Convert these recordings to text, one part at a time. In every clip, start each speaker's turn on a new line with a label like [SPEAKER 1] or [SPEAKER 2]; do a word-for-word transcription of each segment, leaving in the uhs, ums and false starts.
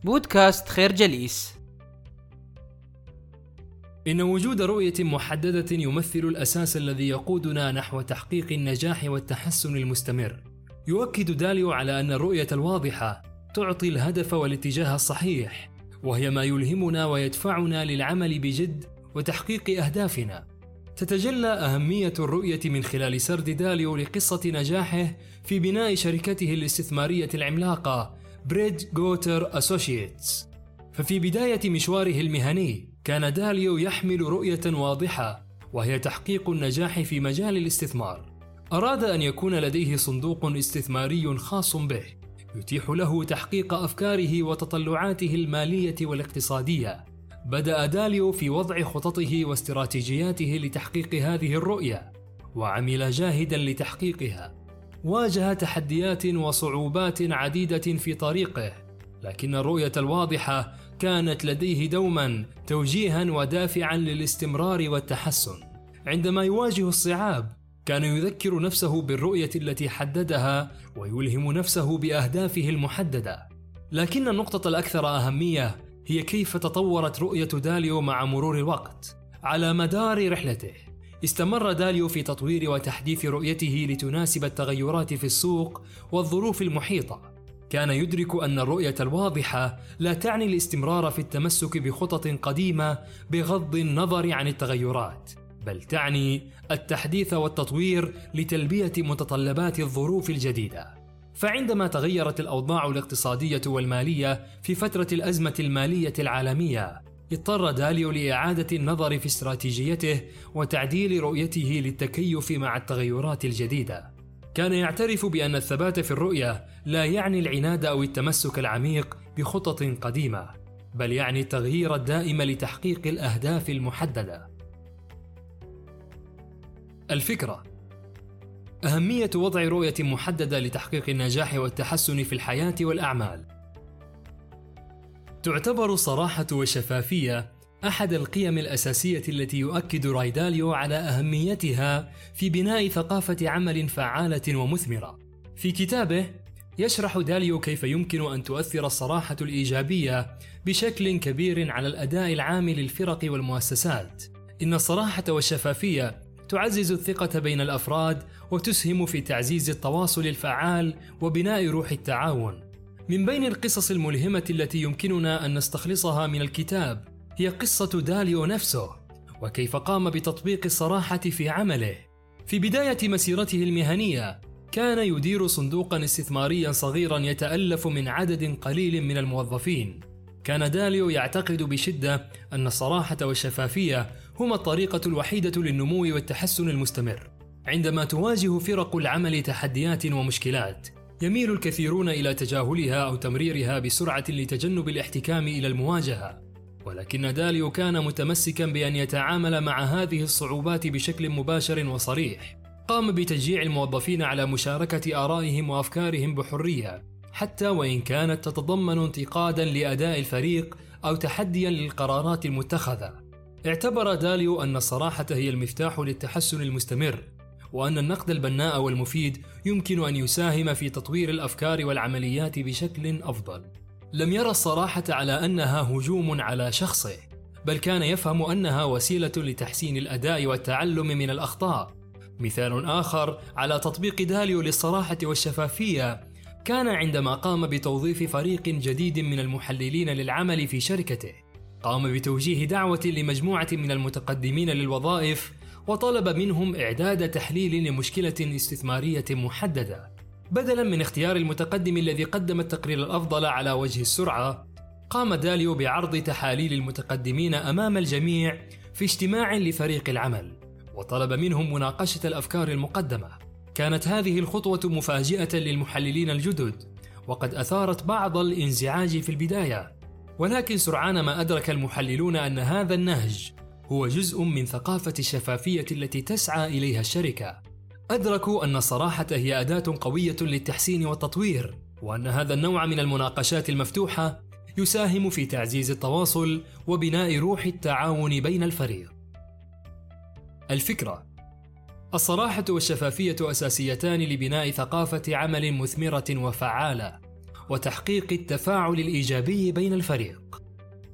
[SPEAKER 1] بودكاست خير جليس.
[SPEAKER 2] إن وجود رؤية محددة يمثل الأساس الذي يقودنا نحو تحقيق النجاح والتحسن المستمر. يؤكد داليو على أن الرؤية الواضحة تعطي الهدف والاتجاه الصحيح، وهي ما يلهمنا ويدفعنا للعمل بجد وتحقيق أهدافنا. تتجلى أهمية الرؤية من خلال سرد داليو لقصة نجاحه في بناء شركته الاستثمارية العملاقة بريدج غوتر أسوشيتس. ففي بداية مشواره المهني كان داليو يحمل رؤية واضحة، وهي تحقيق النجاح في مجال الاستثمار. أراد أن يكون لديه صندوق استثماري خاص به يتيح له تحقيق أفكاره وتطلعاته المالية والاقتصادية. بدأ داليو في وضع خططه واستراتيجياته لتحقيق هذه الرؤية، وعمل جاهدا لتحقيقها. واجه تحديات وصعوبات عديدة في طريقه، لكن الرؤية الواضحة كانت لديه دوما توجيها ودافعا للاستمرار والتحسن. عندما يواجه الصعاب كان يذكر نفسه بالرؤية التي حددها ويلهم نفسه بأهدافه المحددة. لكن النقطة الأكثر أهمية هي كيف تطورت رؤية داليو مع مرور الوقت. على مدار رحلته استمر داليو في تطوير وتحديث رؤيته لتناسب التغيرات في السوق والظروف المحيطة. كان يدرك أن الرؤية الواضحة لا تعني الاستمرار في التمسك بخطط قديمة بغض النظر عن التغيرات، بل تعني التحديث والتطوير لتلبية متطلبات الظروف الجديدة. فعندما تغيرت الأوضاع الاقتصادية والمالية في فترة الأزمة المالية العالمية، اضطر داليو لإعادة النظر في استراتيجيته وتعديل رؤيته للتكيف مع التغيرات الجديدة. كان يعترف بأن الثبات في الرؤية لا يعني العناد أو التمسك العميق بخطط قديمة، بل يعني التغيير الدائم لتحقيق الأهداف المحددة. الفكرة: أهمية وضع رؤية محددة لتحقيق النجاح والتحسن في الحياة والأعمال. تعتبر الصراحة والشفافية أحد القيم الأساسية التي يؤكد راي داليو على أهميتها في بناء ثقافة عمل فعالة ومثمرة. في كتابه يشرح داليو كيف يمكن أن تؤثر الصراحة الإيجابية بشكل كبير على الأداء العام للفرق والمؤسسات. إن الصراحة والشفافية تعزز الثقة بين الأفراد وتسهم في تعزيز التواصل الفعال وبناء روح التعاون. من بين القصص الملهمة التي يمكننا أن نستخلصها من الكتاب هي قصة داليو نفسه، وكيف قام بتطبيق الصراحة في عمله. في بداية مسيرته المهنية كان يدير صندوقا استثماريا صغيرا يتألف من عدد قليل من الموظفين. كان داليو يعتقد بشدة أن الصراحة والشفافية هما الطريقة الوحيدة للنمو والتحسن المستمر. عندما تواجه فرق العمل تحديات ومشكلات، يميل الكثيرون إلى تجاهلها أو تمريرها بسرعة لتجنب الاحتكام إلى المواجهة. ولكن داليو كان متمسكا بأن يتعامل مع هذه الصعوبات بشكل مباشر وصريح. قام بتشجيع الموظفين على مشاركة آرائهم وأفكارهم بحرية، حتى وإن كانت تتضمن انتقادا لأداء الفريق أو تحديا للقرارات المتخذة. اعتبر داليو أن الصراحة هي المفتاح للتحسن المستمر، وأن النقد البناء والمفيد يمكن أن يساهم في تطوير الأفكار والعمليات بشكل أفضل. لم يرى الصراحة على أنها هجوم على شخصه، بل كان يفهم أنها وسيلة لتحسين الأداء والتعلم من الأخطاء. مثال آخر على تطبيق داليو للصراحة والشفافية كان عندما قام بتوظيف فريق جديد من المحللين للعمل في شركته. قام بتوجيه دعوة لمجموعة من المتقدمين للوظائف وطلب منهم إعداد تحليل لمشكلة استثمارية محددة. بدلاً من اختيار المتقدم الذي قدم التقرير الأفضل على وجه السرعة، قام داليو بعرض تحاليل المتقدمين أمام الجميع في اجتماع لفريق العمل، وطلب منهم مناقشة الأفكار المقدمة. كانت هذه الخطوة مفاجئة للمحللين الجدد، وقد أثارت بعض الانزعاج في البداية، ولكن سرعان ما أدرك المحللون أن هذا النهج هو جزء من ثقافة الشفافية التي تسعى إليها الشركة. أدركوا أن الصراحة هي أداة قوية للتحسين والتطوير، وأن هذا النوع من المناقشات المفتوحة يساهم في تعزيز التواصل وبناء روح التعاون بين الفريق. الفكرة: الصراحة والشفافية أساسيتان لبناء ثقافة عمل مثمرة وفعالة، وتحقيق التفاعل الإيجابي بين الفريق.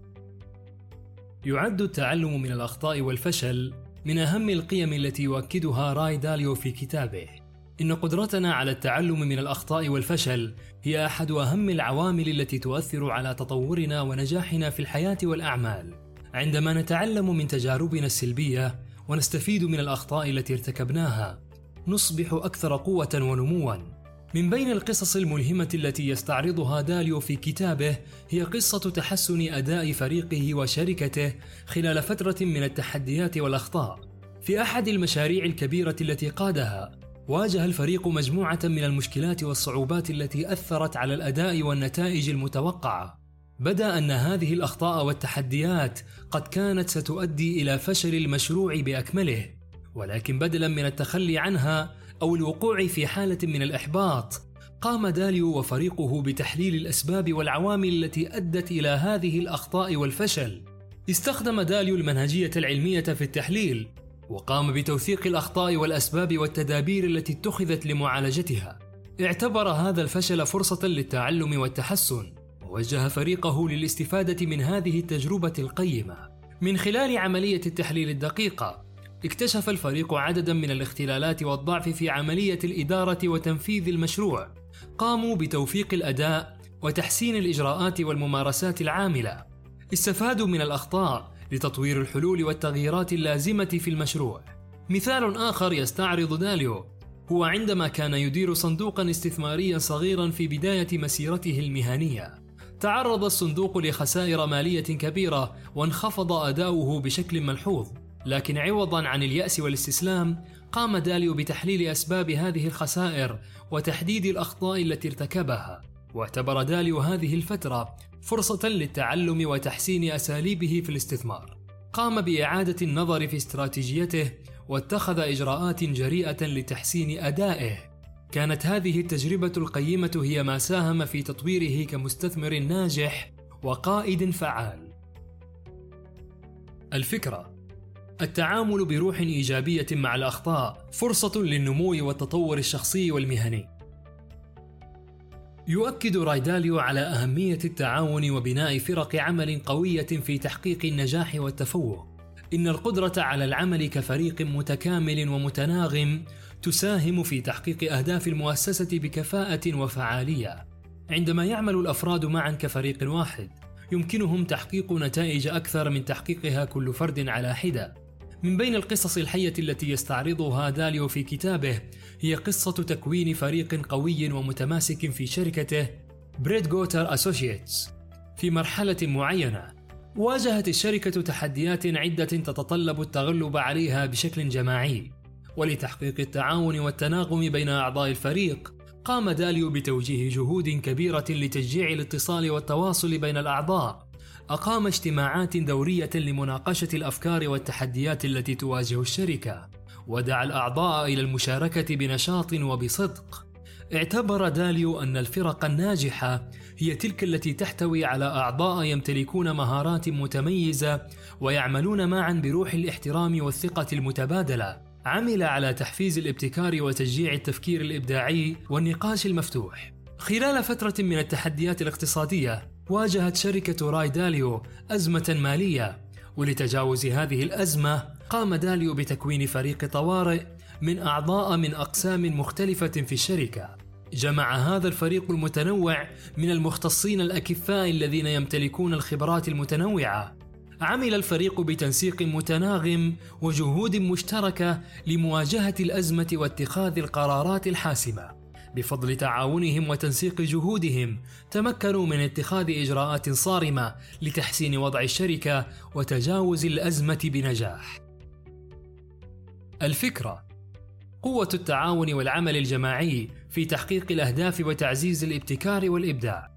[SPEAKER 2] يعد التعلم من الأخطاء والفشل من أهم القيم التي يؤكدها راي داليو في كتابه. إن قدرتنا على التعلم من الأخطاء والفشل هي أحد أهم العوامل التي تؤثر على تطورنا ونجاحنا في الحياة والأعمال. عندما نتعلم من تجاربنا السلبية ونستفيد من الأخطاء التي ارتكبناها، نصبح أكثر قوة ونمواً. من بين القصص الملهمة التي يستعرضها داليو في كتابه هي قصة تحسن أداء فريقه وشركته خلال فترة من التحديات والأخطاء. في أحد المشاريع الكبيرة التي قادها، واجه الفريق مجموعة من المشكلات والصعوبات التي أثرت على الأداء والنتائج المتوقعة. بدأ أن هذه الأخطاء والتحديات قد كانت ستؤدي إلى فشل المشروع بأكمله، ولكن بدلاً من التخلي عنها أو الوقوع في حالة من الإحباط، قام داليو وفريقه بتحليل الأسباب والعوامل التي أدت إلى هذه الأخطاء والفشل. استخدم داليو المنهجية العلمية في التحليل، وقام بتوثيق الأخطاء والأسباب والتدابير التي اتخذت لمعالجتها. اعتبر هذا الفشل فرصة للتعلم والتحسن، ووجه فريقه للاستفادة من هذه التجربة القيمة. من خلال عملية التحليل الدقيقة، اكتشف الفريق عددا من الاختلالات والضعف في عملية الإدارة وتنفيذ المشروع. قاموا بتوفيق الأداء وتحسين الإجراءات والممارسات العاملة. استفادوا من الأخطاء لتطوير الحلول والتغييرات اللازمة في المشروع. مثال آخر يستعرض داليو هو عندما كان يدير صندوقا استثماريا صغيرا في بداية مسيرته المهنية. تعرض الصندوق لخسائر مالية كبيرة وانخفض أداؤه بشكل ملحوظ، لكن عوضا عن اليأس والاستسلام، قام داليو بتحليل أسباب هذه الخسائر وتحديد الأخطاء التي ارتكبها. واعتبر داليو هذه الفترة فرصة للتعلم وتحسين أساليبه في الاستثمار. قام بإعادة النظر في استراتيجيته واتخذ إجراءات جريئة لتحسين أدائه. كانت هذه التجربة القيمة هي ما ساهم في تطويره كمستثمر ناجح وقائد فعال. الفكرة: التعامل بروح إيجابية مع الأخطاء فرصة للنمو والتطور الشخصي والمهني. يؤكد راي داليو على أهمية التعاون وبناء فرق عمل قوية في تحقيق النجاح والتفوق. إن القدرة على العمل كفريق متكامل ومتناغم تساهم في تحقيق أهداف المؤسسة بكفاءة وفعالية. عندما يعمل الأفراد معا كفريق واحد، يمكنهم تحقيق نتائج أكثر من تحقيقها كل فرد على حدة. من بين القصص الحية التي يستعرضها داليو في كتابه هي قصة تكوين فريق قوي ومتماسك في شركته بريد جوتر أسوشيتس. في مرحلة معينة، واجهت الشركة تحديات عدة تتطلب التغلب عليها بشكل جماعي. ولتحقيق التعاون والتناغم بين أعضاء الفريق، قام داليو بتوجيه جهود كبيرة لتشجيع الاتصال والتواصل بين الأعضاء. أقام اجتماعات دورية لمناقشة الأفكار والتحديات التي تواجه الشركة، ودعا الأعضاء إلى المشاركة بنشاط وبصدق. اعتبر داليو أن الفرق الناجحة هي تلك التي تحتوي على أعضاء يمتلكون مهارات متميزة ويعملون معا بروح الاحترام والثقة المتبادلة. عمل على تحفيز الابتكار وتشجيع التفكير الإبداعي والنقاش المفتوح. خلال فترة من التحديات الاقتصادية، واجهت شركة راي داليو أزمة مالية، ولتجاوز هذه الأزمة قام داليو بتكوين فريق طوارئ من أعضاء من أقسام مختلفة في الشركة. جمع هذا الفريق المتنوع من المختصين الأكفاء الذين يمتلكون الخبرات المتنوعة. عمل الفريق بتنسيق متناغم وجهود مشتركة لمواجهة الأزمة واتخاذ القرارات الحاسمة. بفضل تعاونهم وتنسيق جهودهم، تمكنوا من اتخاذ إجراءات صارمة لتحسين وضع الشركة وتجاوز الأزمة بنجاح. الفكرة: قوة التعاون والعمل الجماعي في تحقيق الأهداف وتعزيز الابتكار والإبداع.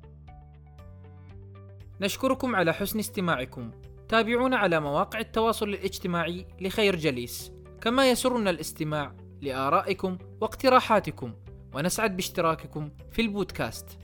[SPEAKER 1] نشكركم على حسن استماعكم. تابعونا على مواقع التواصل الاجتماعي لخير جليس، كما يسرنا الاستماع لآرائكم واقتراحاتكم، ونسعد باشتراككم في البودكاست.